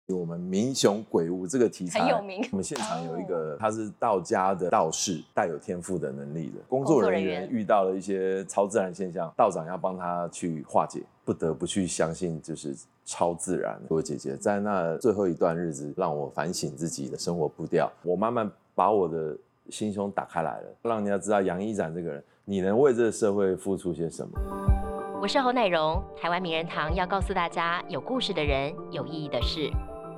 我们民雄鬼屋这个题材很有名。 我们现场有一个，他是道家的道士，带有天赋的能力的工作人员，遇到了一些超自然现象，道长要帮他去化解，不得不去相信就是超自然。我姐姐在那最后一段日子，让我反省自己的生活步调，我慢慢把我的心胸打开来了，让人家知道杨一展这个人，你能为这个社会付出些什么。 我是侯乃荣，台湾名人堂要告诉大家，有故事的人，有意义的事。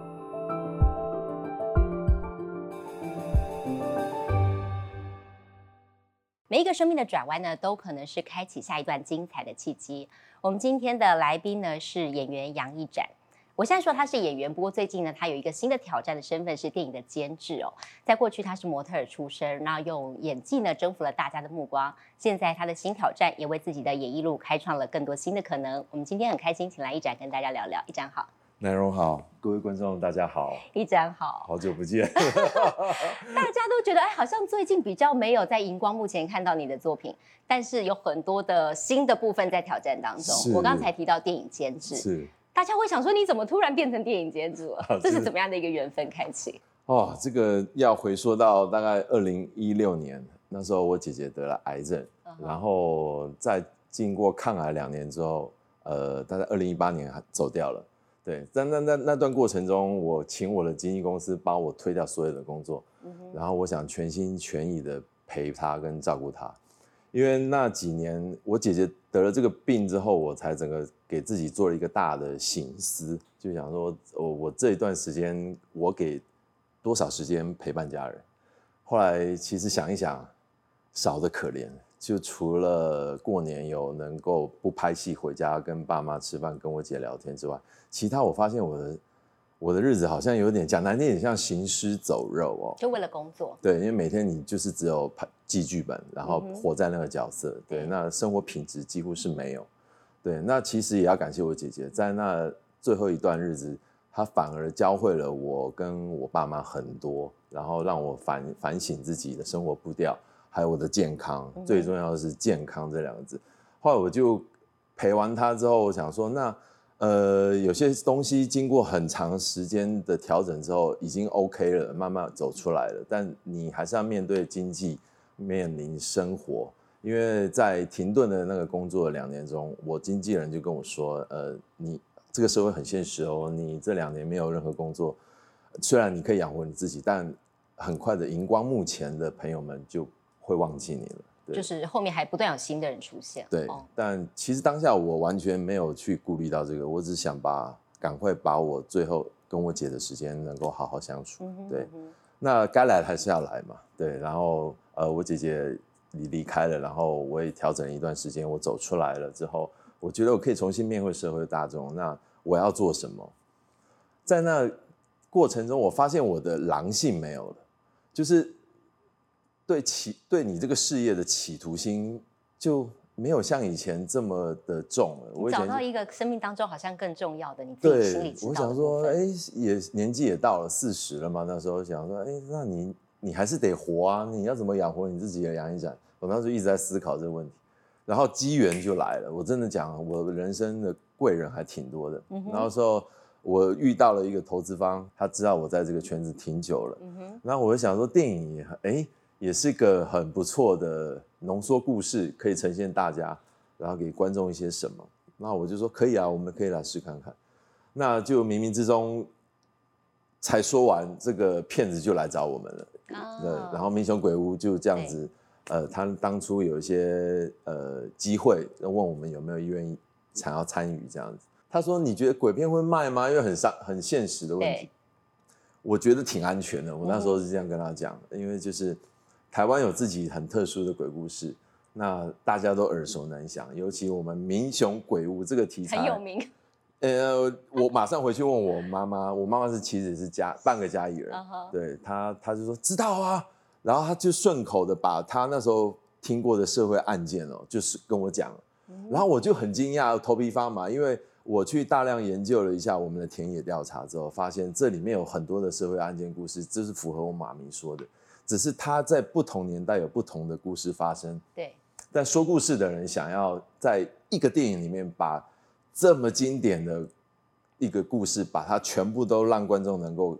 每一个生命的转弯呢，都可能是开启下一段精彩的契机。我们今天的来宾呢是演员杨一展。我现在说他是演员，不过最近呢，他有一个新的挑战的身份是电影的监制哦。在过去他是模特儿出身，那用演技呢征服了大家的目光。现在他的新挑战也为自己的演艺路开创了更多新的可能。我们今天很开心，请来一展跟大家聊聊。一展好。 乃荣好，各位观众大家好。 一展好， 好久不见。 大家都觉得好像最近比较没有在荧光幕前看到你的作品，但是有很多的新的部分在挑战当中。我刚才提到电影监制， 是大家会想说你怎么突然变成电影监制了？这是怎么样的一个缘分开启？ 哦，这个要回溯到大概2016年，那时候我姐姐得了癌症，然后在经过抗癌2年之后，大概2018年走掉了。对，在那段过程中，我请我的经纪公司帮我推掉所有的工作，然后我想全心全意的陪她跟照顾她，因为那几年我姐姐得了这个病之后，我才整个给自己做了一个大的省思，就想说我这一段时间我给多少时间陪伴家人。后来其实想一想，少得可怜，就除了过年有能够不拍戏回家跟爸妈吃饭跟我姐聊天之外，其他我发现我的日子好像有点讲难听点像行尸走肉哦， 就为了工作。 对，因为每天你就是只有记剧本，然后活在那个角色，对，那生活品质几乎是没有。对，那其实也要感谢我姐姐，在那最后一段日子，她反而教会了我跟我爸妈很多，然后让我反省自己的生活步调，还有我的健康，最重要的是健康这2个字。后来我就陪完她之后，我想说，那有些东西经过很长时间的调整之后，已经 OK 了，慢慢走出来了。但你还是要面对经济，面临生活。因为在停顿的那个工作的2年中，我经纪人就跟我说，你这个社会很现实哦，你这2年没有任何工作，虽然你可以养活你自己，但很快的荧光幕前的朋友们就会忘记你了。 就是后面还不断有新的人出现。 对，但其实当下我完全没有去顾虑到这个，我只想赶快把我最后跟我姐的时间能够好好相处。对，那该来还是要来嘛。对，然后我姐姐离开了，然后我也调整了一段时间，我走出来了之后，我觉得我可以重新面对社会大众。那我要做什么？在那过程中，我发现我的狼性没有了，就是对你这个事业的企图心就没有像以前这么的重了。我找到一个生命当中好像更重要的，你自己心里知道的部分。我想说，也年纪也到了40了嘛，那时候想说，那你还是得活啊，你要怎么养活你自己的杨一展？我那时候一直在思考这个问题，然后机缘就来了。我真的讲，我人生的贵人还挺多的。然后说我遇到了一个投资方，他知道我在这个圈子挺久了，然后我就想说，电影也是个很不错的浓缩故事，可以呈现大家，然后给观众一些什么。那我就说可以啊，我们可以来试看看。那就冥冥之中才说完，这个骗子就来找我们了。对，然后民雄鬼屋就这样子，他当初有一些机会问我们有没有愿意想要参与这样子。他说：“你觉得鬼片会卖吗？因为很现实的问题。”我觉得挺安全的。我那时候是这样跟他讲，因为就是台湾有自己很特殊的鬼故事，那大家都耳熟能详，尤其我们民雄鬼屋这个题材很有名。 我马上回去问我妈妈，我妈妈其实是半个嘉义人，对，她就说知道啊，然后她就顺口的把她那时候听过的社会案件就是跟我讲，然后我就很惊讶，头皮发麻，因为我去大量研究了一下我们的田野调查之后，发现这里面有很多的社会案件故事，这是符合我妈咪说的，只是它在不同年代有不同的故事发生。 对， 但说故事的人想要在一个电影里面把这么经典的一个故事，把它全部都让观众能够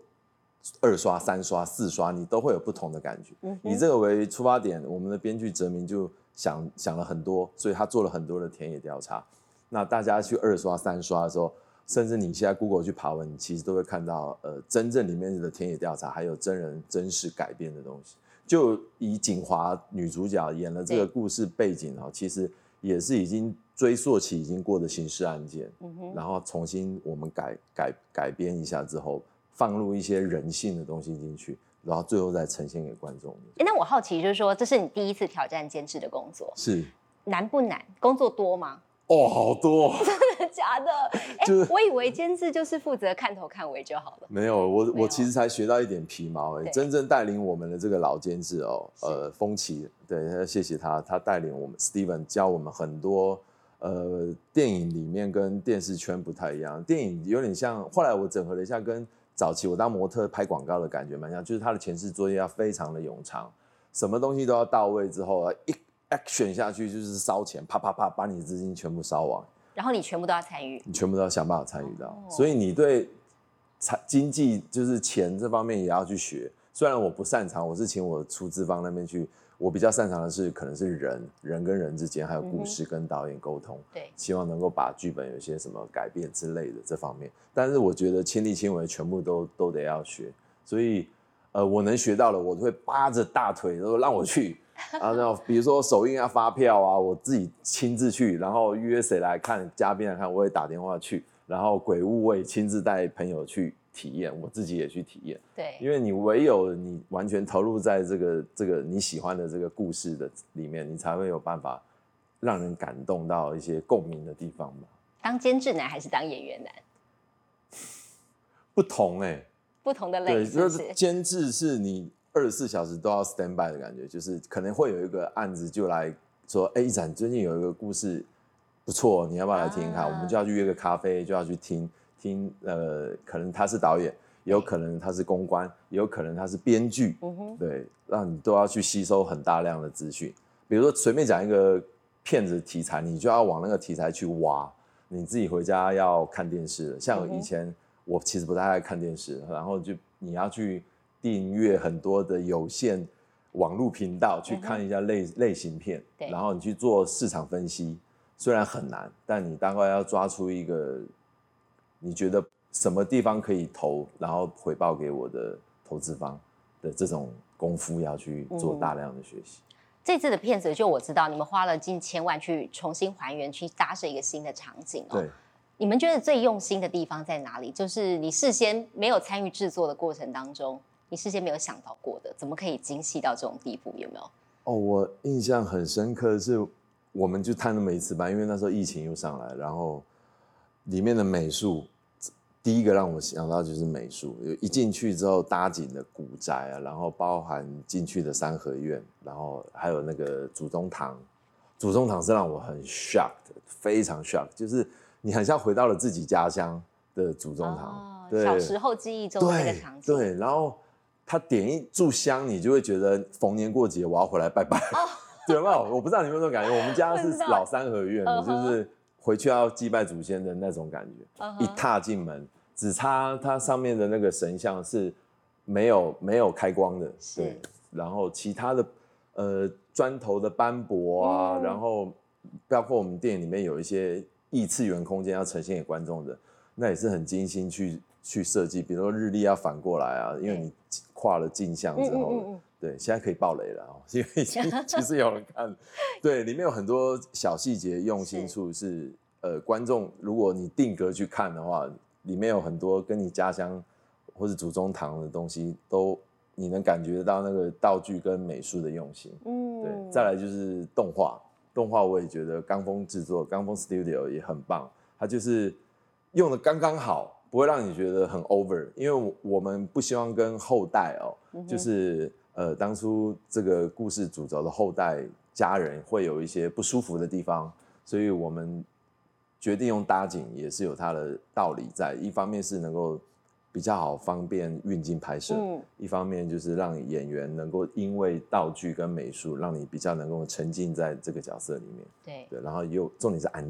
2刷、3刷、4刷，你都会有不同的感觉。以这个为出发点，我们的编剧哲明就想了很多，所以他做了很多的田野调查。那大家去2刷、3刷的时候，甚至你现在 Google 去爬文，你其实都会看到真正里面的田野调查，还有真人真事改编的东西。就以景华女主角演了这个故事背景其实也是已经追溯起已经过的刑事案件，然后重新我们改编一下之后，放入一些人性的东西进去，然后最后再呈现给观众。 那我好奇就是说，这是你第一次挑战监制的工作， 是难不难？工作多吗？ 好多， 真的假的？我以为监制就是负责看头看尾就好了。 没有，我其实才学到一点皮毛。真正带领我们的这个老监制风奇，对，谢谢他带领我们 Steven 教我们很多电影里面跟电视圈不太一样。电影有点像，后来我整合了一下，跟早期我当模特拍广告的感觉蛮像，就是他的前置作业要非常的冗长，什么东西都要到位之后action 下去就是烧钱，啪啪啪把你的资金全部烧完， 然后你全部都要参与， 你全部都要想办法参与到，所以你对经济就是钱这方面也要去学。虽然我不擅长，我是请我出资方那边去，我比较擅长的是可能是人跟人之间，还有故事跟导演沟通， 对， 希望能够把剧本有些什么改变之类的这方面。但是我觉得亲力亲为全部都得要学，所以我能学到的，我会扒着大腿都让我去。然后比如说首映要发票啊，我自己亲自去，然后约谁来看，嘉宾来看，我也打电话去，然后鬼屋我也亲自带朋友去体验，我自己也去体验。 对， 因为你唯有你完全投入在这个你喜欢的这个故事的里面，你才会有办法让人感动到一些共鸣的地方吧。 当监制难还是当演员难？ 不同不同的类型。 对，就是监制是你24小时都要 stand by 的感觉，就是可能会有一个案子就来说，一展最近有一个故事不错，你要不要来听听看？我们就要去约个咖啡，就要去听，可能他是导演，也有可能他是公关，也有可能他是编剧，对，让你都要去吸收很大量的资讯。比如说随便讲一个片子题材，你就要往那个题材去挖，你自己回家要看电视了。像以前我其实不太爱看电视，然后就你要去订阅很多的有线网络频道去看一下类型片，然后你去做市场分析，虽然很难，但你大概要抓出一个你觉得什么地方可以投，然后回报给我的投资方的这种功夫，要去做大量的学习。 这次的片子，就我知道你们花了近千万去重新还原，去搭设一个新的场景对， 你们觉得最用心的地方在哪里？就是你事先没有参与制作的过程当中，你事先没有想到过的，怎么可以精细到这种地步？有没有？ 我印象很深刻的是，我们就探那么一次班，因为那时候疫情又上来，然后里面的美术，第一个让我想到就是美术，一进去之后搭景的古宅啊，然后包含进去的三合院，然后还有那个祖宗堂，祖宗堂是让我很 shocked， 非常 shocked， 就是你很像回到了自己家乡的祖宗堂，对， 小时候记忆中的那个场景， 对，然后他点一炷香，你就会觉得逢年过节我要回来拜拜，对有没有？我不知道你有没有这种感觉，我们家是老三合院的，就是回去要祭拜祖先的那种感觉，一踏进门，只差它上面的那个神像是没有开光的，对，然后其他的砖头的斑驳啊，然后包括我们电影里面有一些异次元空间要呈现给观众的，那也是很精心去设计，比如说日历要反过来啊，因为你跨了镜像之后，对，现在可以爆雷了因为其实有人看，对，里面有很多小细节用心处是观众如果你定格去看的话，里面有很多跟你家乡或是祖宗堂的东西都你能感觉到那个道具跟美术的用心，对，再来就是动画我也觉得刚锋制作刚锋 Studio 也很棒，它就是用的刚刚好，不会让你觉得很 over， 因为我们不希望跟后代就是当初这个故事主轴的后代家人会有一些不舒服的地方，所以我们决定用搭景也是有它的道理在，一方面是能够比较好方便运镜拍摄，一方面就是让演员能够因为道具跟美术让你比较能够沉浸在这个角色里面，对，然后又重点是安静，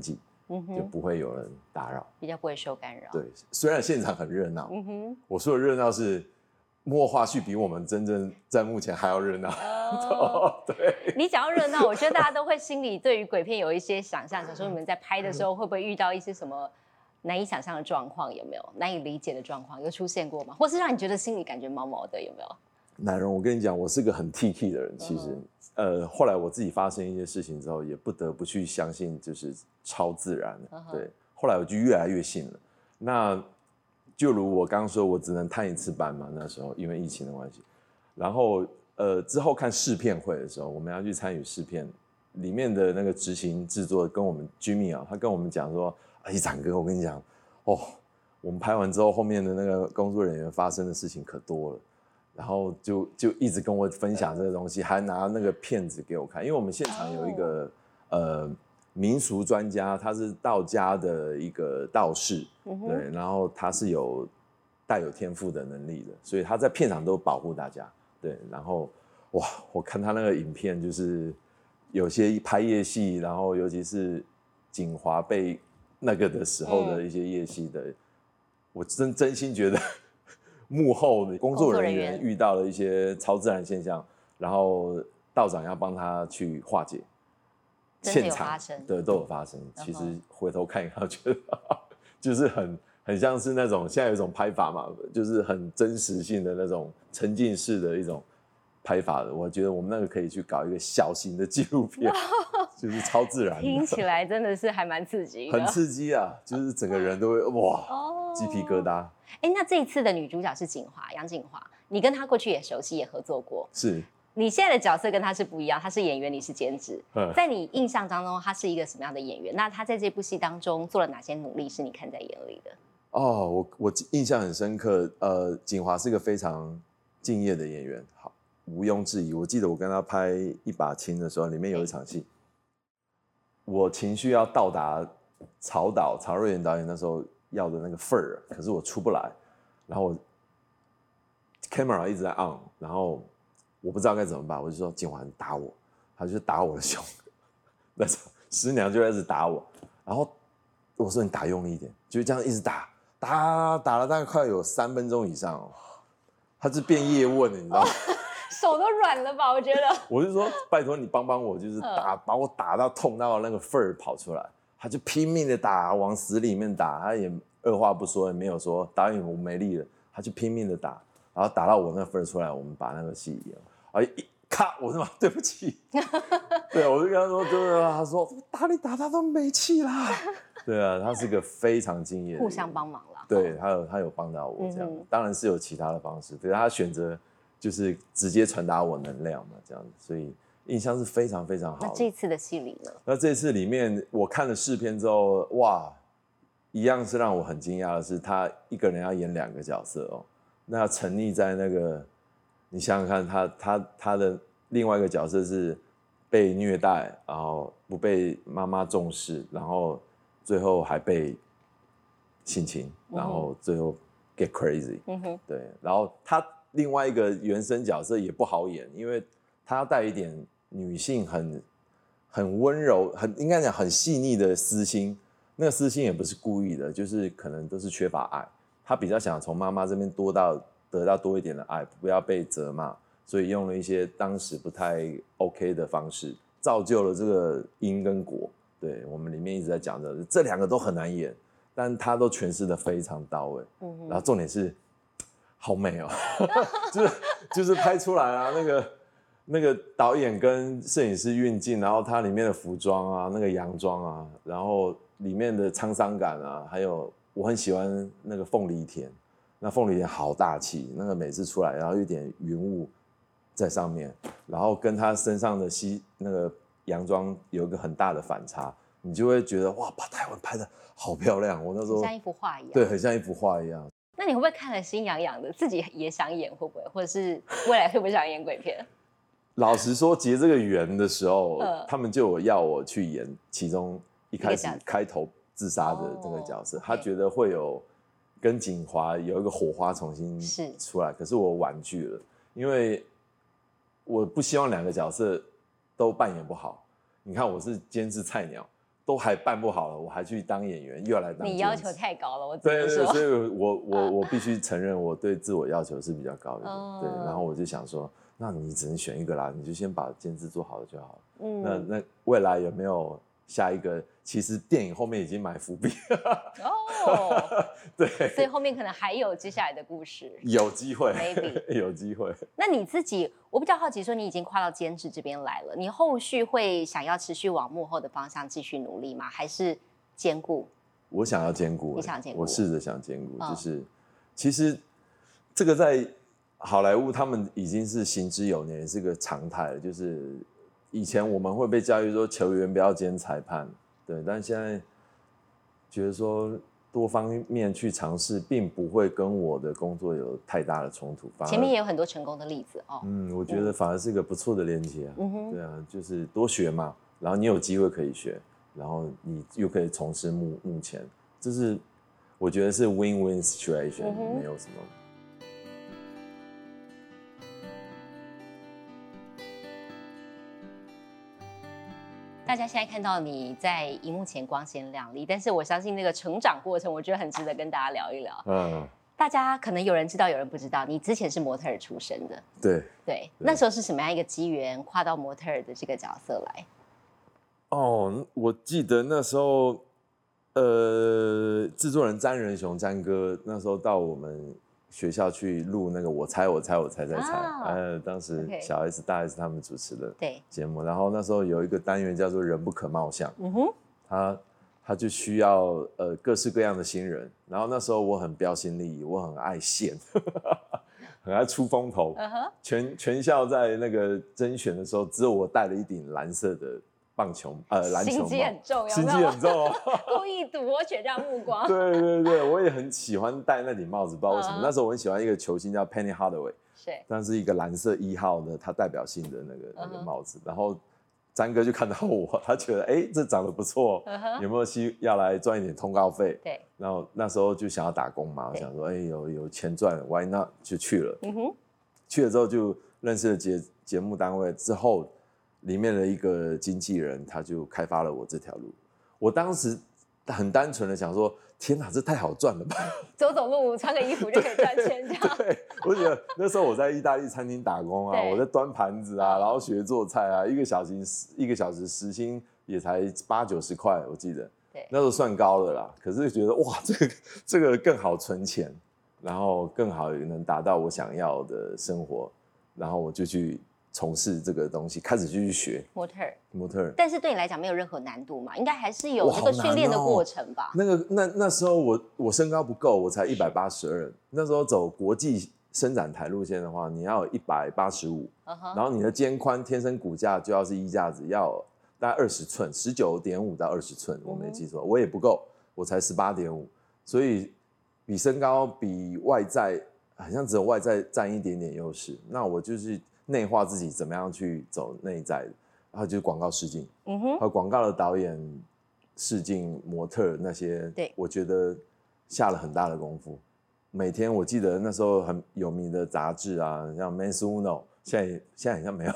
就不会有人打扰， 比较不会受干扰。 对，虽然现场很热闹，我说的热闹是幕后花絮比我们真正在幕前还要热闹。对， 你讲到热闹，我觉得大家都会心里对于鬼片有一些想象，想说你们在拍的时候会不会遇到一些什么难以想象的状况？有没有难以理解的状况？有出现过吗？或是让你觉得心里感觉毛毛的？有没有？ 乃荣，我跟你讲，我是个很 T 的人，其实。后来我自己发生一些事情之后，也不得不去相信就是超自然的。对，后来我就越来越信了。那就如我刚刚说，我只能探一次班嘛，那时候因为疫情的关系。然后之后看试片会的时候，我们要去参与试片，里面的那个执行制作跟我们 Jimmy 啊，他跟我们讲说，哎，展哥，我跟你讲，哦，我们拍完之后，后面的那个工作人员发生的事情可多了。然后就一直跟我分享这个东西，还拿那个片子给我看，因为我们现场有一个民俗专家，他是道家的一个道士，对，然后他是带有天赋的能力的，所以他在片场都保护大家，对，然后哇，我看他那个影片，就是有些拍夜戏，然后尤其是景华被那个的时候的一些夜戏的，我真心觉得。幕后的工作人员遇到了一些超自然现象，然后道长要帮他去化解，现场对都有发生。其实回头看一看，觉得就是很像是那种现在有一种拍法嘛，就是很真实性的那种沉浸式的一种拍法的。我觉得我们那个可以去搞一个小型的纪录片，就是超自然的。 听起来真的是还蛮刺激的， 很刺激啊！就是整个人都会哇，鸡皮疙瘩。 那这一次的女主角是杨谨华，你跟她过去也熟悉，也合作过。 是， 你现在的角色跟她是不一样，她是演员，你是监制。在你印象当中，她是一个什么样的演员？那她在这部戏当中做了哪些努力是你看在眼里的？ 哦，我印象很深刻。谨华是个非常敬业的演员，好，毋庸置疑。我记得我跟她拍《一把青》的时候，里面有一场戏，我情绪要到达曹瑞元导演那时候要的那个份儿，可是我出不来，然后我 camera 一直在 on， 然后我不知道该怎么办，我就说谨华你打我，他就打我的胸，那时候师娘就一直打我，然后我说你打用力一点，就这样一直打了大概快有3分钟以上哦，他是变叶问了，你知道吗？ 手都软了吧？我觉得， 我就说拜托你帮我，就是把我打到痛到那个份儿跑出来。他就拼命的打，往死里面打，他也二话不说，也没有说导演我没力了，他就拼命的打，然后打到我那份出来，我们把那个戏演，啊一咔，我说对不起，对，我就跟他说，对啊，他说打你打他都没气啦，对啊，他是个非常敬业的人， 互相帮忙啦， 对，他有帮到我这样，当然是有其他的方式，对，他选择就是直接传达我能量嘛，这样子，所以。印象是非常非常好的。 那这次的戏里呢？ 那这次里面我看了试片之后，哇，一样是让我很惊讶的是，他一个人要演2个角色哦。那沉溺在那个，你想想看，他的另外一个角色是被虐待，然后不被妈妈重视，然后最后还被性侵，然后最后 get crazy。对，然后他另外一个原生角色也不好演，因为他要带一点。女性很温柔，应该讲很细腻的私心，那个私心也不是故意的，就是可能都是缺乏爱。她比较想从妈妈这边得到多一点的爱，不要被责骂，所以用了一些当时不太 OK 的方式，造就了这个因跟果。对，我们里面一直在讲的，这2个都很难演，但她都诠释的非常到位。然后重点是好美哦，就是拍出来啊那个导演跟摄影师运镜，然后它里面的服装啊，那个洋装啊，然后里面的沧桑感啊，还有我很喜欢那个凤梨田，那凤梨田好大气，那个每次出来，然后有点云雾在上面，然后跟他身上的那个洋装有一个很大的反差，你就会觉得哇，把台湾拍的好漂亮，我那时候像一幅画一样， 对，很像一幅画一样。 那你会不会看了心痒痒的，自己也想演，会不会，或者是未来会不会想演鬼片？ 老实说，结这个缘的时候，他们就要我去演其中一开始开头自杀的这个角色，他觉得会有跟谨华有一个火花重新出来，可是我婉拒了，因为我不希望2个角色都扮演不好。你看我是监制菜鸟， 都还办不好了，我还去当演员，又要来当你要求太高了，我只对对， 能说。 所以我必须承认，我对自我要求是比较高一点。对，然后我就想说，那你只能选一个啦，你就先把监制做好了就好了。那未来有没有下一个？其实电影后面已经埋伏笔哦， 对， 所以后面可能还有接下来的故事， 有机会 ，maybe 有机会。 那你自己，我比较好奇，说你已经跨到监制这边来了，你后续会想要持续往幕后的方向继续努力吗？还是兼顾？ 我想要兼顾， 你想兼顾？ 我试着想兼顾，就是其实这个在好莱坞他们已经是行之有年，是个常态了。就是以前我们会被教育说球员不要兼裁判，对，但现在觉得说多方面去尝试，并不会跟我的工作有太大的冲突。 前面也有很多成功的例子哦。 我觉得反而是一个不错的连接啊。对啊，就是多学嘛，然后你有机会可以学，然后你又可以从事幕前，这是我觉得是 win-win situation，没有什么。 大家现在看到你在荧幕前光鲜亮丽，但是我相信那个成长过程，我觉得很值得跟大家聊一聊。大家可能有人知道，有人不知道，你之前是模特儿出身的。对，那时候是什么样一个机缘跨到模特儿的这个角色来？ 哦，我记得那时候，制作人詹仁雄詹哥那时候到我们学校去录那个我猜再猜，当时小 S 大 S 他们主持的节目，然后那时候有一个单元叫做人不可貌相，他就需要各式各样的新人，然后那时候我很标新立异，我很爱现，很爱出风头，全校在那个甄选的时候，只有我戴了一顶蓝色的篮球帽， 心机很重， 心机很重哦， 故意夺取这样目光。 对，我也很喜欢戴那顶帽子，不知道为什么。那时候我很喜欢一个球星叫 Penny Hardaway， 但是一个蓝色1号的，他代表性的那个帽子。然后詹哥就看到我，他觉得这长得不错，有没有要来赚一点通告费？ 对。 然后那时候就想要打工嘛，我想说有钱赚 ，Why not？ 就去了。去了之后就认识了节目单位之后。里面的一个经纪人，他就开发了我这条路。我当时很单纯的想说，天哪，这太好赚了吧！ 走路穿个衣服就可以赚钱，这样。 对，我觉得那时候我在意大利餐厅打工啊，我在端盘子啊，然后学做菜啊，一个小时时薪也才80-90块，我记得。对，那时候算高的啦。可是觉得哇，这个更好存钱，然后更好能达到我想要的生活，然后我就去。从事这个东西，开始就去学模特儿， 但是对你来讲没有任何难度嘛？应该还是有这个训练的过程吧？ 那时候我身高不够，我才182，那时候走国际伸展台路线的话，你要有185，然后你的肩宽天生骨架就要是衣架子，要大概20寸，19.5到20寸，我没记错，我也不够，我才18.5，所以比身高比外在好像只有外在占一点点优势，那我就是内化自己怎么样去走内在的，然后就是广告试镜，还有广告的导演试镜模特那些，我觉得下了很大的功夫。每天我记得那时候很有名的杂志啊，像 Men's Uno， 现在好像没有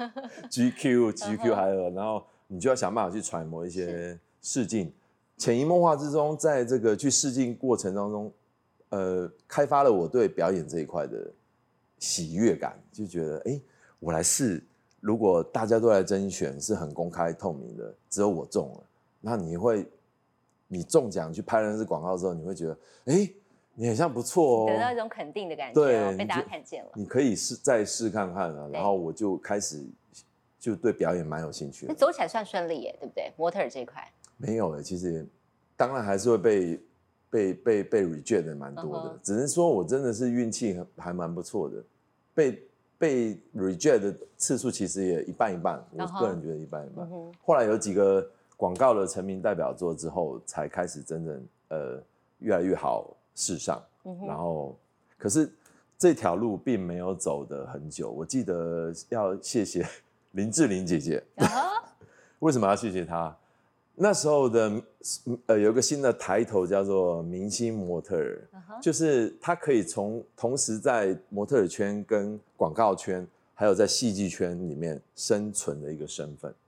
GQ 还有，然后你就要想办法去揣摩一些试镜，潜移默化之中，在这个去试镜过程当中，开发了我对表演这一块的喜悦感，就觉得我来试，如果大家都来甄选，是很公开透明的，只有我中了，那你中奖去拍那支广告之后，你会觉得你很像不错哦， 得到一种肯定的感觉，对，被大家看见了。 你可以再试看看啊，然后我就开始就对表演蛮有兴趣的。 那走起来算顺利耶，对不对？模特儿这一块没有其实当然还是会被 reject 的蛮多的，只能说我真的是运气还蛮不错的，被 reject 的次数其实也一半一半，我个人觉得一半一半。后来有几个广告的成名代表作之后，才开始真正越来越好试上，然后可是这条路并没有走得很久。我记得要谢谢林志玲姐姐，为什么要谢谢她？那时候的有一个新的抬头叫做明星模特儿，就是他可以同时在模特儿圈跟广告圈还有在戏剧圈里面生存的一个身份。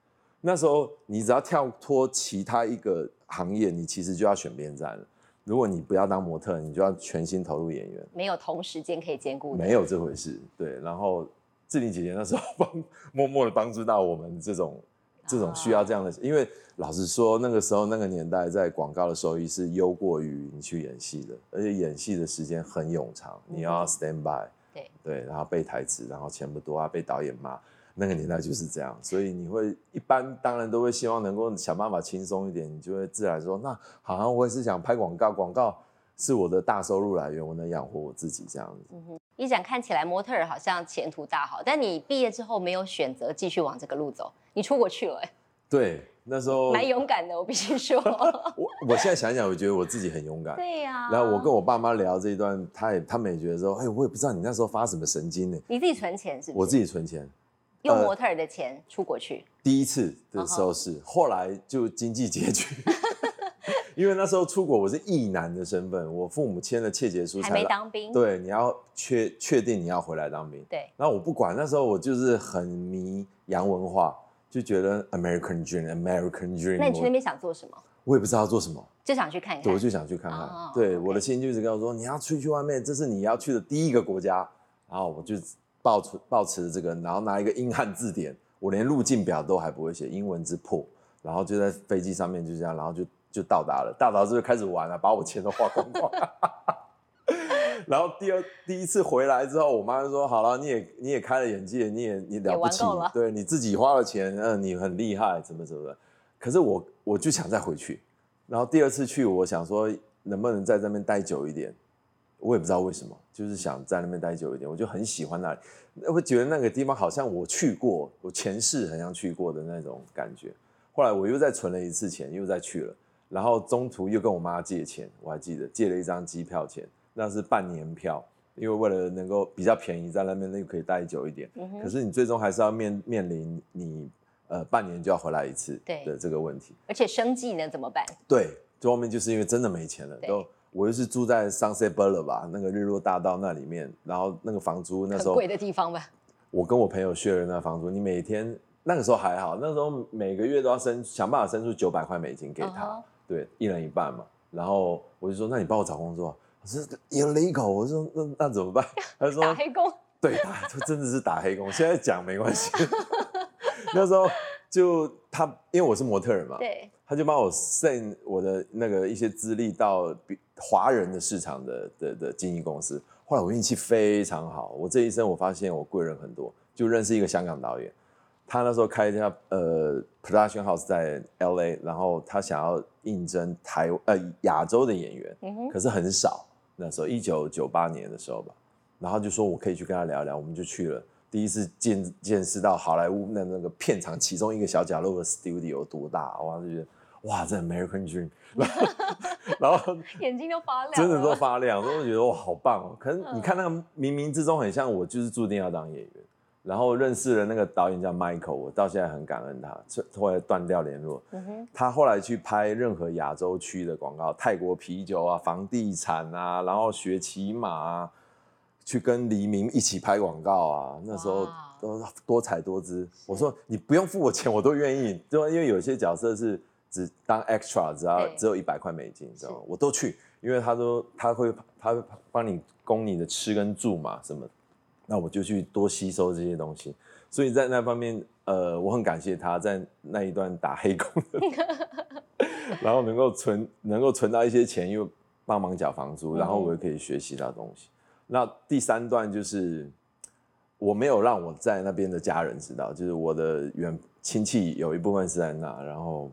那时候你只要跳脱其他一个行业，你其实就要选边站了。如果你不要当模特，你就要全心投入演员， 没有同时间可以兼顾的， 没有这回事。对，然后志玲姐姐那时候默默的帮助到我们这种需要这样的，因为老实说，那个时候那个年代在广告的收益是优过于你去演戏的，而且演戏的时间很冗长，你要 stand by， 对，然后背台词，然后钱不多啊，被导演骂。那个年代就是这样，所以你会一般当然都会希望能够想办法轻松一点，你就会自然说，那好像我也是想拍广告，广告是我的大收入来源，我能养活我自己这样子。 一展看起来模特儿好像前途大好，但你毕业之后没有选择继续往这个路走，你出国去了对，那时候蛮勇敢的，我必须说。 我现在想想，我觉得我自己很勇敢。 对呀。 然后我跟我爸妈聊这一段，他们也觉得说，我也不知道你那时候发什么神经呢。 你自己存钱是不是？ 我自己存钱。 用模特儿的钱出国去， 第一次的时候是，后来就经济拮据，因为那时候出国我是役男的身份，我父母签了切结书， 还没当兵， 对，你要确定你要回来当兵， 对， 然后我不管，那时候我就是很迷洋文化，就觉得 American Dream。 那你去那边想做什么？ 我也不知道做什么， 就想去看看， 对，我就想去看看，对，我的心就一直跟我说，你要出去外面，这是你要去的第一个国家，然后我就抱持这个，然后拿一个英汉字典，我连路径表都还不会写，英文之破，然后就在飞机上面就这样，然后就到达了，到达之后就开始玩了，把我钱都花光光。然后第一次回来之后，我妈就说：“好了，你也开了眼界，你了不起，对你自己花了钱，你很厉害，怎么的。”可是我就想再回去，然后第二次去，我想说能不能在这边待久一点。我也不知道为什么，就是想在那边待久一点，我就很喜欢那里，我觉得那个地方好像我去过，我前世很像去过的那种感觉。后来我又再存了一次钱，又再去了，然后中途又跟我妈借钱，我还记得借了一张机票钱，那是半年票，因为为了能够比较便宜，在那边又可以待久一点。可是你最终还是要面临你半年就要回来一次的这个问题， 而且生计呢怎么办？ 对，最后面就是因为真的没钱了，我又是住在 Sunset Boulevard 那个日落大道那里面，然后那个房租那时候很贵的地方吧。 我跟我朋友 share 那个房租，你每天那个时候还好，那时候每个月都要想办法生出$900给他，对，一人一半嘛。然后我就说，那你帮我找工作，我说 illegal， 我说那怎么办？他就说打黑工， 对，真的是打黑工。现在讲没关系，那时候就因为我是模特儿嘛， 对。 他就帮我 send 我的那个一些资历到华人的市场的经纪公司。后来我运气非常好，我这一生我发现我贵人很多，就认识一个香港导演，他那时候开一家production house 在 LA， 然后他想要应征亚洲的演员，可是很少，那时候1998年的时候吧，然后就说我可以去跟他聊聊，我们就去了。第一次见识到好莱坞那个片场其中一个小角落的 studio 有多大，哇，就觉得哇，这 American Dream， 然后眼睛都发亮， 真的都发亮，都觉得哇，好棒哦！可是你看那个冥冥之中很像我，就是注定要当演员。然后认识了那个导演叫 Michael， 我到现在很感恩他，后来断掉联络。他后来去拍任何亚洲区的广告，泰国啤酒啊、房地产啊，然后学骑马啊。去跟黎明一起拍广告啊，那时候都多彩多姿。我说你不用付我钱，我都愿意，因为有些角色是只当 extra， 只有$100，你知道吗？我都去，因为他会帮你供你的吃跟住嘛什么，那我就去多吸收这些东西。所以在那方面，我很感谢他在那一段打黑工的，然后能够存到一些钱，又帮忙缴房租，然后我也可以学习到东西。那第三段就是我没有让我在那边的家人知道，就是我的亲戚有一部分是在那，然后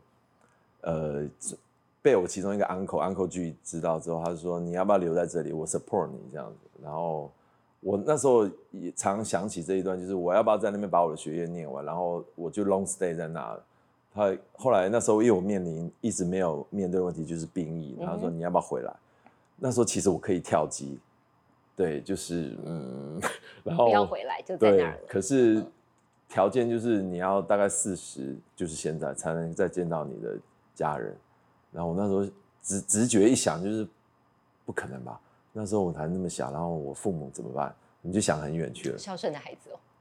被我其中一个 uncle G 知道之后，他就说你要不要留在这里，我 support 你这样子。然后我那时候也常想起这一段，就是我要不要在那边把我的学业念完，然后我就 long stay 在那了。他后来那时候因为我一直没有面对的问题就是兵役，他说你要不要回来？那时候其实我可以跳机。对，就是然后不要回来就在那儿了。 可是条件就是你要大概40，就是现在才能再见到你的家人。然后我那时候直觉一想，就是不可能吧？那时候我才那么小，然后我父母怎么办？你就想很远去了。 孝顺的孩子哦。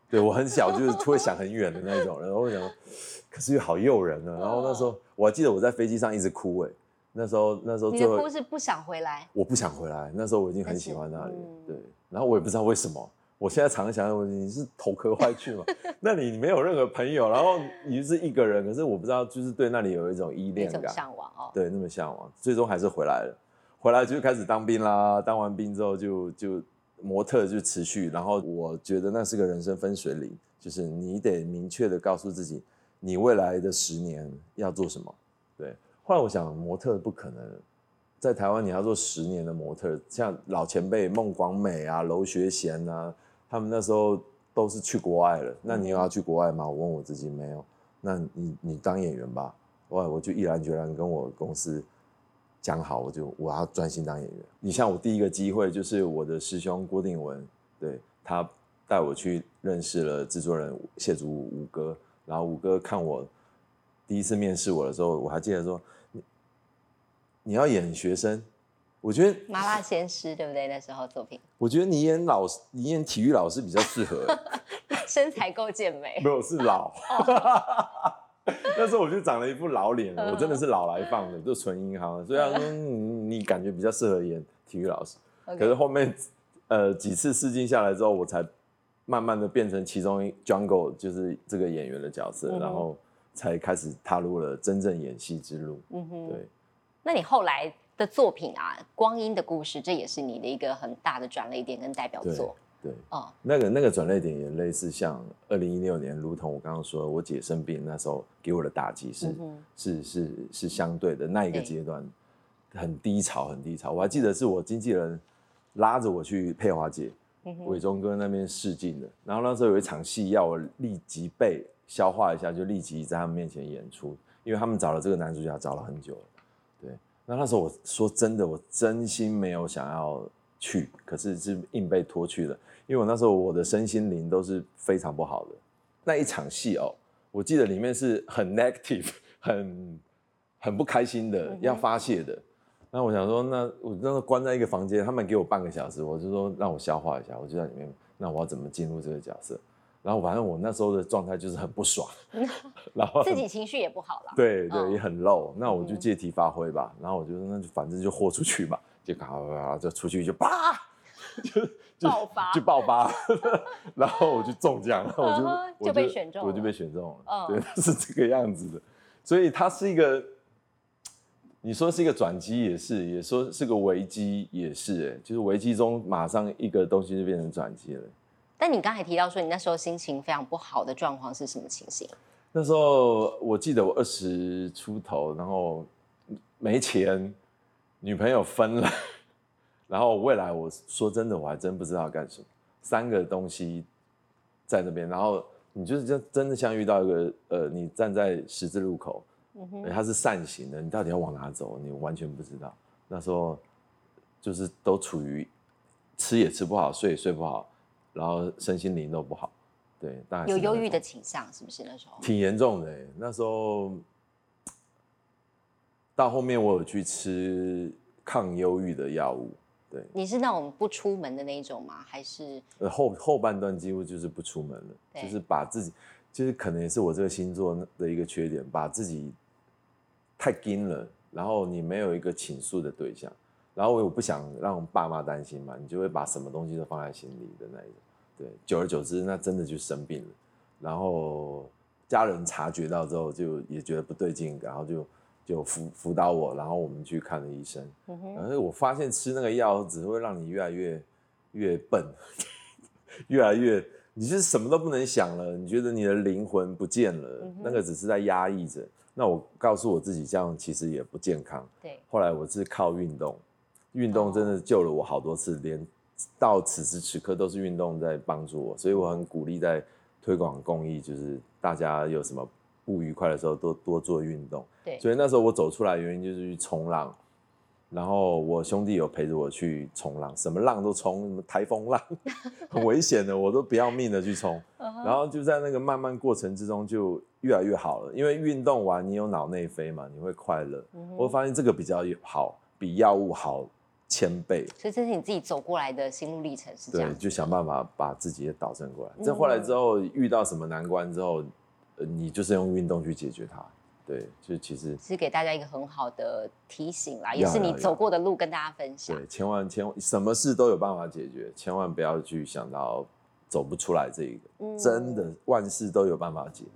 对我很小就是会想很远的那种人，然后我想说，可是又好诱人啊。然后那时候我还记得我在飞机上一直哭那时候你的哭是不想回来？ 我不想回来，那时候我已经很喜欢那里，对。然后我也不知道为什么，我现在常常想，你是头壳坏去吗？那你没有任何朋友，然后你是一个人，可是我不知道，就是对那里有一种依恋感， 那种向往哦。 对，那么向往，最终还是回来了。回来就开始当兵啦，当完兵之后就模特就持续，然后我觉得那是个人生分水岭，就是你得明确的告诉自己，你未来的10年要做什么。对，后来我想模特不可能，在台湾你要做10年的模特，像老前辈孟广美啊、娄学贤啊，他们那时候都是去国外了。那你有要去国外吗？我问我自己没有。那你当演员吧。我就毅然决然跟我公司讲好，我要专心当演员。你像我第一个机会就是我的师兄郭定文，对，他带我去认识了制作人谢祖武武哥，然后武哥看我第一次面试我的时候，我还记得说你要演学生，我觉得麻辣鲜师对不对？那时候作品， 我觉得你演体育老师比较适合， 身材够健美， 没有是老。那时候我就长了一副老脸，我真的是老来放的，就纯银行的。所以他说你感觉比较适合演体育老师，可是后面几次试镜下来之后，我才慢慢的变成其中Jungle 就是这个演员的角色，然后才开始踏入了真正演戏之路。对。 那你后来的作品啊，《光阴的故事》，这也是你的一个很大的转捩点跟代表作。 对，那个转捩点也类似像2016年，如同我刚刚说，我姐生病那时候给我的打击是相对的那一个阶段，很低潮。我还记得是我经纪人拉着我去佩华姐、伟忠哥那边试镜的，然后那时候有一场戏要我立即背消化一下，就立即在他们面前演出，因为他们找了这个男主角找了很久了。对，那时候我说真的，我真心没有想要去，可是硬被拖去了。因为我那时候我的身心灵都是非常不好的。那一场戏我记得里面是很 negative、很不开心的，要发泄的。那我想说，那我那时候关在一个房间，他们给我半个小时，我就说让我消化一下，我就在里面。那我要怎么进入这个角色？然后反正我那时候的状态就是很不爽，然后自己情绪也不好了。 对，也很 low。那我就借题发挥吧。然后我就说，那就反正就豁出去吧，就出去就啪。就爆发，然后我就中奖了， 就被选中了， 我就被选中了，对，是这个样子的。所以它是一个，你说是一个转机也是，也说是个危机也是，就是危机中马上一个东西就变成转机了。 但你刚才提到说你那时候心情非常不好的状况是什么情形？ 那时候我记得我20出头，然后没钱，女朋友分了。然后未来我说真的，我还真不知道要干什么，3个东西在那边，然后你就是真的像遇到一个你站在十字路口，它是扇形的，你到底要往哪走，你完全不知道。那时候就是都处于吃也吃不好，睡也睡不好，然后身心灵都不好，对，大概有忧郁的倾向，是不是那时候？ 挺严重的那时候到后面我有去吃抗忧郁的药物。对， 你是那种不出门的那一种吗？还是后半段几乎就是不出门了，就是把自己，就是可能也是我这个星座的一个缺点，把自己太紧了，然后你没有一个倾诉的对象，然后我又不想让爸妈担心嘛，你就会把什么东西都放在心里的那一种，对，久而久之那真的就生病了，然后家人察觉到之后就也觉得不对劲，然后就辅导我，然后我们去看了医生。然后我发现吃那个药只会让你越来越笨，越来越你就是什么都不能想了。你觉得你的灵魂不见了，那个只是在压抑着。那我告诉我自己，这样其实也不健康。 对。 后来我是靠运动，运动真的救了我好多次，连到此时此刻都是运动在帮助我，所以我很鼓励在推广公益，就是大家有什么不愉快的时候多做运动。 对， 所以那时候我走出来的原因就是去冲浪，然后我兄弟有陪着我去冲浪，什么浪都冲，什么台风浪很危险的，我都不要命的去冲。然后就在那个慢慢过程之中就越来越好了，因为运动完你有脑内啡嘛，你会快乐。我发现这个比较好，比药物好 1000倍。 所以这是你自己走过来的心路历程，是这样。 对，就想办法把自己也导正过来。这后来之后遇到什么难关之后，你就是用运动去解决它。对，就其实是给大家一个很好的提醒啦，也是你走过的路跟大家分享。 对，千万什么事都有办法解决，千万不要去想到走不出来这一个，真的万事都有办法解。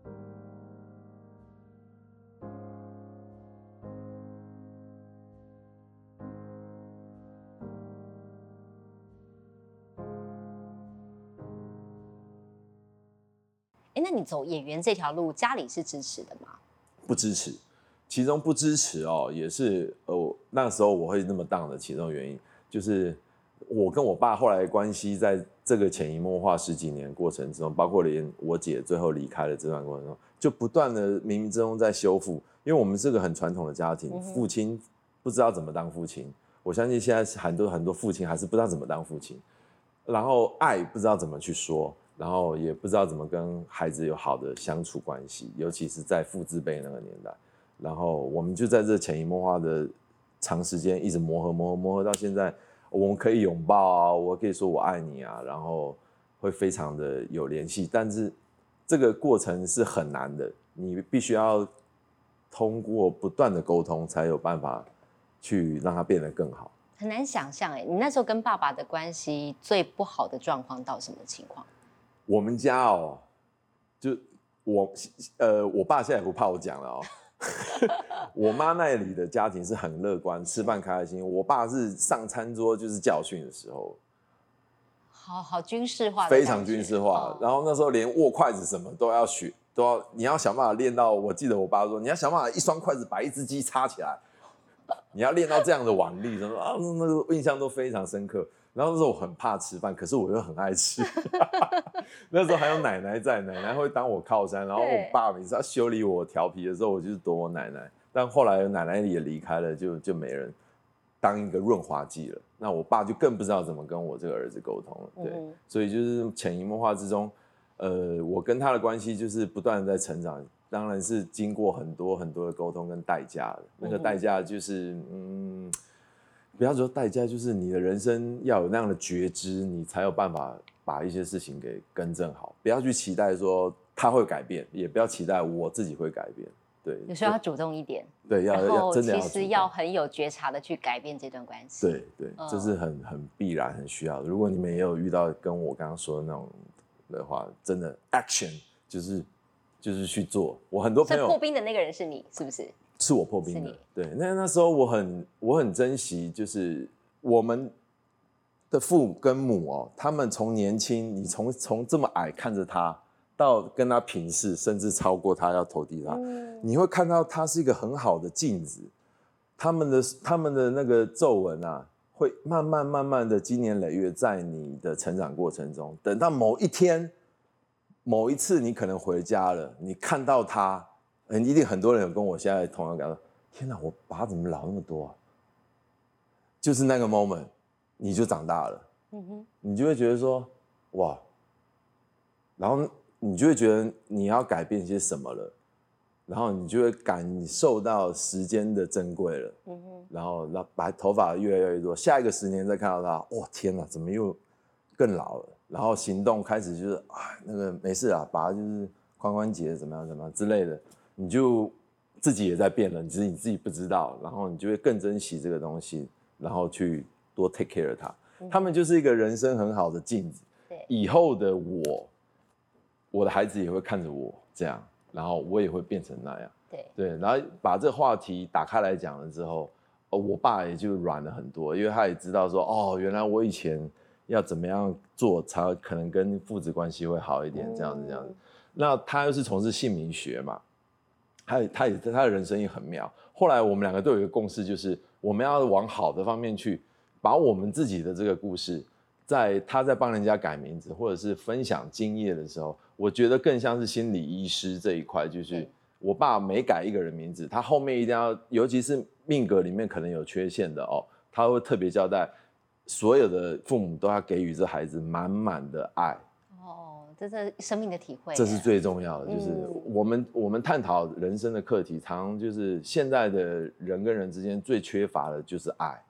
那你走演员这条路，家里是支持的吗？ 不支持，其中不支持哦，也是那时候我会那么当的其中原因，就是我跟我爸后来的关系，在这个潜移默化10几年过程之中，包括连我姐最后离开了这段过程中，就不断的冥冥之中在修复。因为我们是个很传统的家庭，父亲不知道怎么当父亲，我相信现在很多父亲还是不知道怎么当父亲，然后爱不知道怎么去说，然后也不知道怎么跟孩子有好的相处关系，尤其是在父字辈那个年代。然后我们就在这潜移默化的长时间一直磨合到现在，我们可以拥抱啊，我可以说我爱你啊，然后会非常的有联系。但是这个过程是很难的，你必须要通过不断的沟通，才有办法去让它变得更好。 很难想象你那时候跟爸爸的关系最不好的状况到什么情况？ 我们家就我爸现在也不怕我讲了我妈那里的家庭是很乐观，吃饭开心。我爸是上餐桌就是教训的时候， 好军事化的， 非常军事化。然后那时候连握筷子什么都要学，你要想办法练到。我记得我爸说，你要想办法一双筷子把一只鸡插起来，你要练到这样的腕力。他说那个印象都非常深刻。然后那时候我很怕吃饭，可是我又很爱吃。那时候还有奶奶在，奶奶会当我靠山。然后我爸每次要修理我调皮的时候，我就是躲我奶奶。但后来奶奶也离开了，就没人当一个润滑剂了。那我爸就更不知道怎么跟我这个儿子沟通了。对，所以就是潜移默化之中，我跟他的关系就是不断的在成长。当然是经过很多的沟通跟代价的。那个代价就是不要说代价，就是你的人生要有那样的觉知，你才有办法把一些事情给更正好。不要去期待说他会改变，也不要期待我自己会改变。对， 有时候要主动一点。 对，要真的要其实要很有觉察的去改变这段关系。 对，这是很必然、很需要的。如果你们也有遇到跟我刚刚说的那种的话，真的 action 就是去做。我很多朋友， 所以破冰的那个人是你，是不是？ 是我破冰的。对，那时候我很珍惜，就是我们的父母跟母他们从年轻，你从这么矮看着他，到跟他平视，甚至超过他要投递他，你会看到他是一个很好的镜子。他们的那个皱纹会慢慢的积年累月在你的成长过程中，等到某一天某一次你可能回家了，你看到他，一定很多人有跟我现在同样感到，天哪，我爸怎么老那么多就是那个 moment 你就长大了。你就会觉得说哇，然后你就会觉得你要改变些什么了，然后你就会感受到时间的珍贵了。然后把头发越来越多，下一个10年再看到他，哇天哪，怎么又更老了？然后行动开始就是那个没事爸就是髋节怎么样之类的，你就自己也在变了，只是你自己不知道，然后你就会更珍惜这个东西，然后去多 take care 它。他们就是一个人生很好的镜子。以后的我的孩子也会看着我这样，然后我也会变成那样。对，然后把这话题打开来讲了之后，我爸也就软了很多，因为他也知道说原来我以前要怎么样做才可能跟父子关系会好一点，这样子。那他又是从事姓名学嘛，他的人生也很妙。后来我们两个都有一个共识，就是我们要往好的方面去，把我们自己的这个故事，他在帮人家改名字或者是分享经验的时候，我觉得更像是心理医师这一块，就是我爸每改一个人名字，他后面一定要，尤其是命格里面可能有缺陷的他会特别交代。所有的父母都要给予这孩子满满的爱。 这是生命的体会， 这是最重要的。就是我们探讨人生的课题，常常就是现在的人跟人之间最缺乏的就是爱。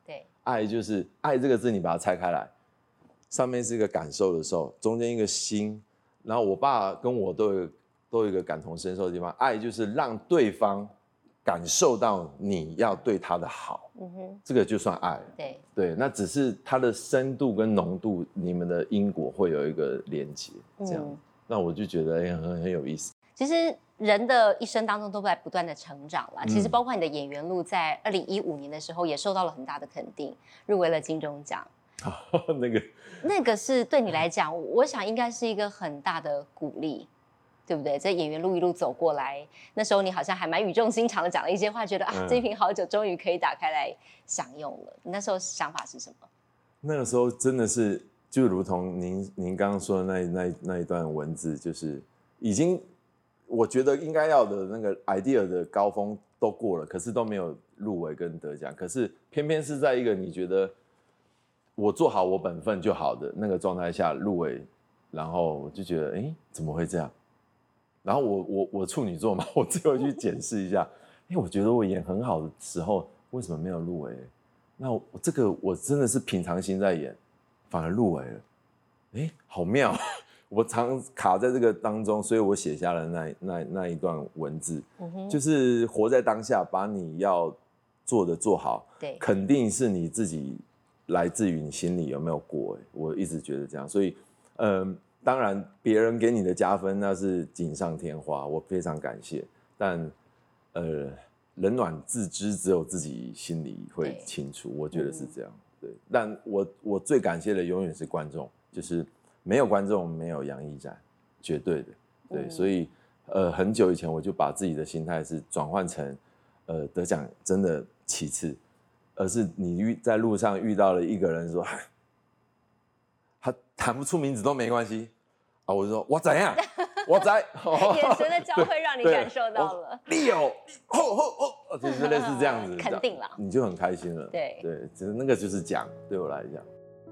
爱就是爱这个字，你把它拆开来，上面是一个感受的受，中间一个心，然后我爸跟我都有一个感同身受的地方。爱就是让对方感受到你要对他的好，这个就算爱了。对，那只是它的深度跟浓度，你们的因果会有一个连结，这样。那我就觉得很有意思。 其实人的一生当中都在不断的成长啦。其实包括你的演员路，在2015年的时候也受到了很大的肯定，入围了金钟奖。那个是对你来讲，我想应该是一个很大的鼓励，对不对？在演员路一路走过来，那时候你好像还蛮语重心长的讲了一些话，觉得这一瓶好酒终于可以打开来享用了。你那时候想法是什么？ 那个时候真的是就如同您刚刚说的那一段文字，就是已经我觉得应该要的那个 idea 的高峰都过了，可是都没有入围跟得奖，可是偏偏是在一个你觉得我做好我本分就好的那个状态下入围，然后我就觉得怎么会这样？然后我处女座嘛，我最后去检视一下，我觉得我演很好的时候为什么没有入围？那这个我真的是平常心在演，反而入围了，好妙！我常卡在这个当中，所以我写下了那一段文字，就是活在当下，把你要做的做好， 对， 肯定是你自己来自于你心里有没有过，我一直觉得这样，所以当然别人给你的加分那是锦上添花，我非常感谢，但冷暖自知，只有自己心里会清楚，我觉得是这样，对，但我最感谢的永远是观众，就是没有观众没有杨一展，绝对的，对，所以很久以前我就把自己的心态是转换成得奖真的其次，而是你在路上遇到了一个人说他喊不出名字都没关系啊，我就说我怎样我在眼神的交汇让你感受到了 Leo 就是类似这样子肯定啦， 你就很开心了， 对， 只是那个就是奖，对我来讲。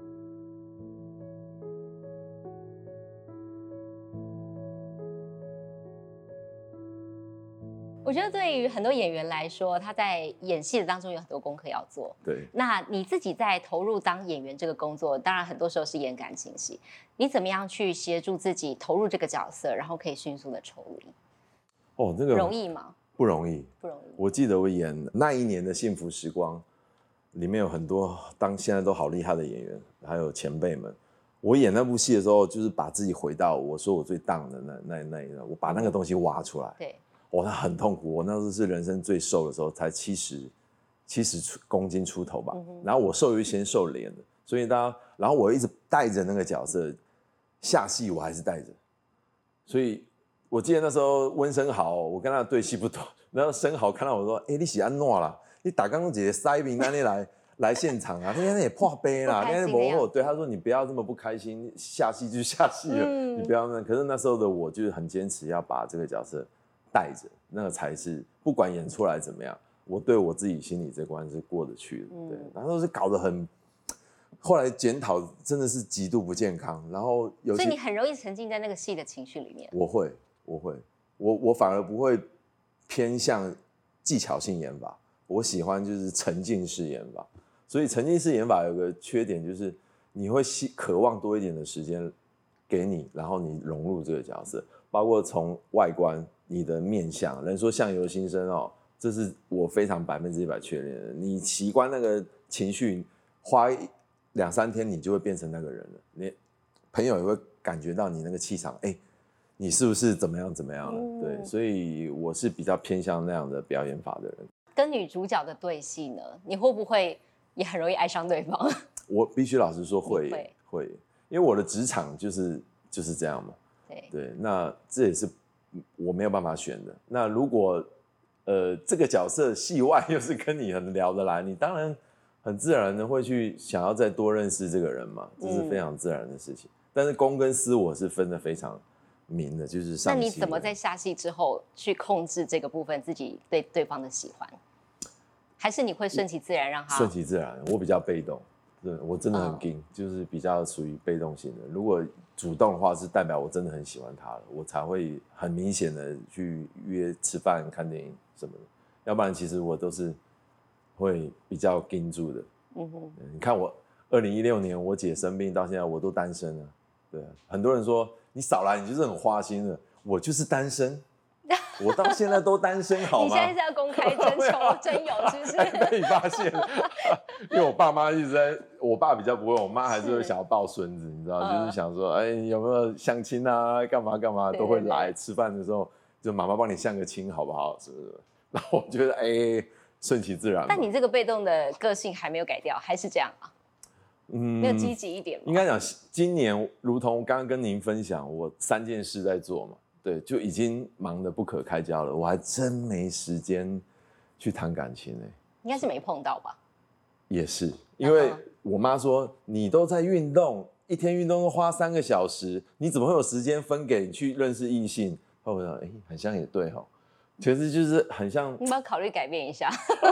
我觉得对于很多演员来说，他在演戏的当中有很多功课要做。 对， 那你自己在投入当演员这个工作，当然很多时候是演感情戏，你怎么样去协助自己投入这个角色，然后可以迅速的抽离？ 这个容易吗？ 不容易， 不容易。 我记得我演那一年的《幸福时光》，里面有很多现在都好厉害的演员，还有前辈们。我演那部戏的时候，就是把自己回到我说我最down的那一段，我把那个东西挖出来。 对。 那很痛苦，我那时候是人生最瘦的时候，才70公斤出头吧。然后我瘦又先瘦脸的，所以然后我一直带着那个角色，下戏我还是带着。所以我记得那时候温升豪，我跟他对戏不多，然后升豪看到我说：“你是安怎啦？你打刚姐塞饼那里来现场啊？那也破杯啦，那也不对。”他说：“你不要这么不开心，下戏就下戏了，你不要那。”可是那时候的我就是很坚持要把这个角色带着，那个才是不管演出来怎么样，我对我自己心里这关是过得去的。对，然后是搞得很，后来检讨真的是极度不健康。然后所以你很容易沉浸在那个戏的情绪里面。 我反而不会偏向技巧性演法，我喜欢就是沉浸式演法。所以沉浸式演法有个缺点就是你会渴望多一点的时间给你，然后你融入这个角色，包括从外观。你的面相，人说相由心生这是我非常100%确认的。你习惯那个情绪，花2-3天你就会变成那个人了。你朋友也会感觉到你那个气场，你是不是怎么样了？对，所以我是比较偏向那样的表演法的人。 跟女主角的对戏呢，你会不会也很容易爱上对方？ 我必须老实说会，因为我的职场就是这样嘛。对，那这也是我没有办法选的。那如果这个角色戏外又是跟你很聊得来，你当然很自然的会去想要再多认识这个人嘛，这是非常自然的事情。但是公跟私我是分得非常明的，就是上戏。 那你怎么在下戏之后去控制这个部分自己对对方的喜欢？还是你会顺其自然让他？ 顺其自然，我比较被动，对我真的很硬，就是比较属于被动型的。如果主动的话，是代表我真的很喜欢他了，我才会很明显的去约吃饭、看电影什么的。要不然，其实我都是会比较盯住的。 你看我2016年我姐生病到现在我都单身了，对，很多人说你少来，你就是很花心的，我就是单身。我到现在都单身，好吗？ 你现在是要公开征求真友，是不是？ 被你发现了，因为我爸妈一直在，我爸比较不会，我妈还是会想要抱孙子，你知道，就是想说，哎，有没有相亲啊？干嘛干嘛都会来，吃饭的时候就妈妈帮你相个亲，好不好？是不是？然后我觉得，哎，顺其自然。 但你这个被动的个性还没有改掉，还是这样啊？没有积极一点吗？ 应该讲，今年如同刚刚跟您分享，我3件事在做嘛。对，就已经忙得不可开交了，我还真没时间去谈感情欸。 应该是没碰到吧？ 也是，因为我妈说你都在运动，一天运动都花3个小时，你怎么会有时间分给你去认识异性？后我想，哎，很像也对哈，其实就是很像。 你有没有考虑改变一下？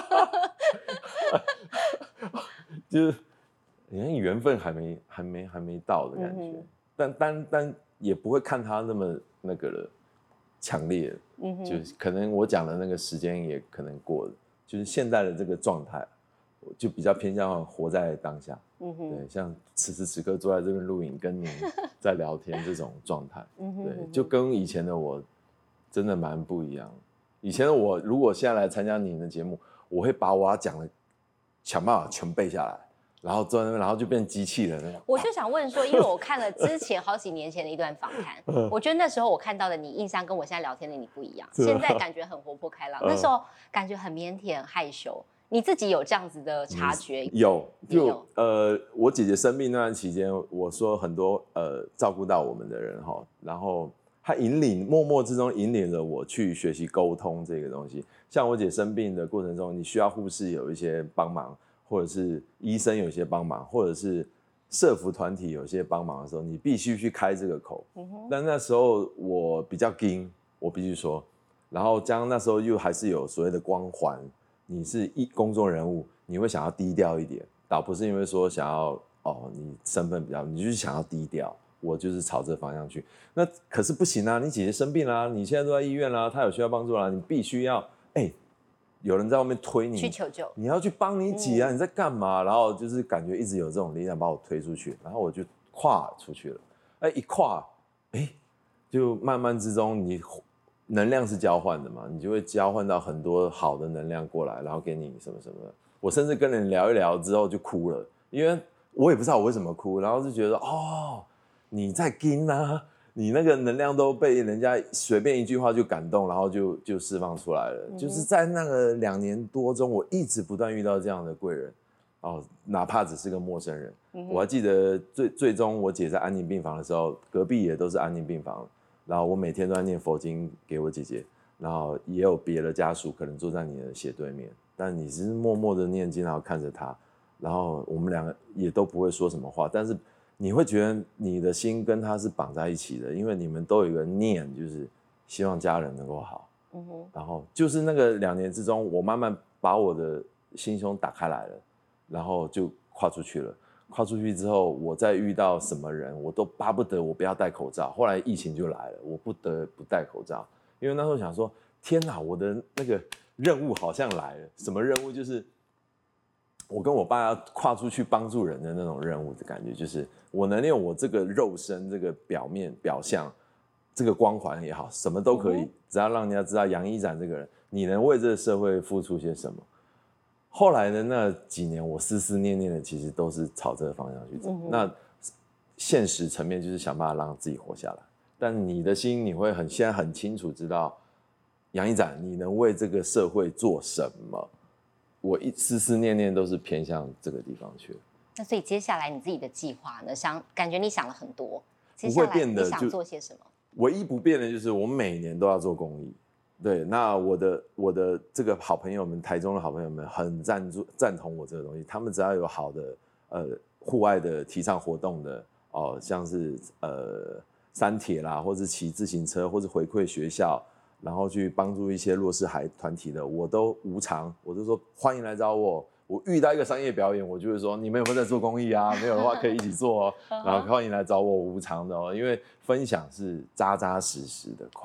就是好像缘分还没到的感觉，但也不会看他那么那个了，强烈了，就是可能我讲的那个时间也可能过了，就是现在的这个状态，我就比较偏向活在当下，对，像此时此刻坐在这边录影跟您在聊天这种状态，对，就跟以前的我真的蛮不一样。以前的我如果现在来参加您的节目，我会把我要讲的想办法全背下来。然后坐在那边，然后就变机器人了。 我就想问说，因为我看了之前好几年前的一段访谈，我觉得那时候我看到的你印象跟我现在聊天的你不一样，现在感觉很活泼开朗，那时候感觉很腼腆害羞。你自己有这样子的察觉？ 有，我姐姐生病那段期间，我说很多照顾到我们的人哈，然后她默默之中引领着我去学习沟通这个东西。像我姐生病的过程中，你需要护士有一些帮忙。或者是医生有些帮忙，或者是社福团体有些帮忙的时候，你必须去开这个口。但那时候我比较硬，我必须说，然后加上那时候又还是有所谓的光环，你是公众人物，你会想要低调一点，倒不是因为说想要你身份比较，你就是想要低调。我就是朝这个方向去。那可是不行啊，你姐姐生病啦，你现在都在医院啦，她有需要帮助啦，你必须要有人在外面推你去求救， 你要去帮你姐啊，你在干嘛？然后就是感觉一直有这种力量把我推出去，然后我就跨出去了。一跨，就慢慢之中你能量是交换的嘛，你就会交换到很多好的能量过来，然后给你什么什么的。我甚至跟人聊一聊之后就哭了，因为我也不知道我为什么哭，然后就觉得你在跟啊。你那个能量都被人家随便一句话就感动，然后就释放出来了。就是在那个2年多中，我一直不断遇到这样的贵人，哪怕只是个陌生人。我还记得最终我姐在安宁病房的时候，隔壁也都是安宁病房，然后我每天都在念佛经给我姐姐，然后也有别的家属可能坐在你的斜对面，但你只是默默的念经，然后看着她，然后我们2个也都不会说什么话，但是。你会觉得你的心跟他是绑在一起的，因为你们都有一个念，就是希望家人能够好。然后就是那个2年之中，我慢慢把我的心胸打开来了，然后就跨出去了。跨出去之后，我再遇到什么人，我都巴不得我不要戴口罩。后来疫情就来了，我不得不戴口罩，因为那时候想说，天哪，我的那个任务好像来了。什么任务？就是我跟我爸要跨出去帮助人的那种任务的感觉，就是我能用我这个肉身、这个表象、这个光环也好，什么都可以，只要让人家知道杨一展这个人，你能为这个社会付出些什么。后来的那几年，我思思念念的其实都是朝这个方向去走。那现实层面就是想办法让自己活下来，但你的心你会现在很清楚知道，杨一展你能为这个社会做什么。我思思念念都是偏向这个地方去了。 那所以接下来你自己的计划呢？感觉你想了很多，接下来你想做些什么？ 唯一不变的就是我每年都要做公益。对，那我的这个好朋友们，台中的好朋友们很赞同我这个东西。他们只要有好的户外的提倡活动的像是三铁啦，或是骑自行车，或是回馈学校。然后去帮助一些弱势孩团体的，我都无偿，我就说欢迎来找我。我遇到一个商业表演，我就会说你们有没有在做公益啊？没有的话可以一起做然后欢迎来找我无偿的因为分享是扎扎实实的快乐。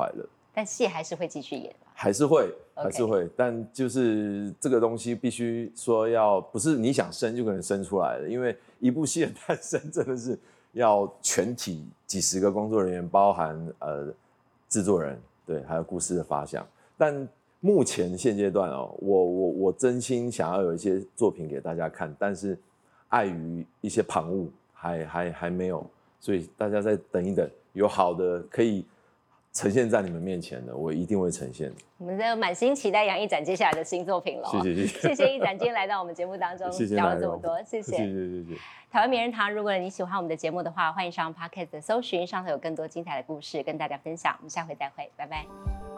但戏还是会继续演吧？ 还是会， Okay. 还是会，但就是这个东西必须说不是你想生就可能生出来的，因为一部戏的诞生真的是要全体几十个工作人员，包含制作人，对，还有故事的发想。但目前现阶段哦，我真心想要有一些作品给大家看，但是碍于一些旁骛，还没有，所以大家再等一等，有好的可以呈现在你们面前的，我一定会呈现。 我们都满心期待杨一展接下来的新作品了。谢谢一展今天来到我们节目当中，聊了这么多，谢谢。台湾名人堂，如果你喜欢我们的节目的话，欢迎上 Podcast 搜寻，上头有更多精彩的故事跟大家分享。我们下回再会，拜拜。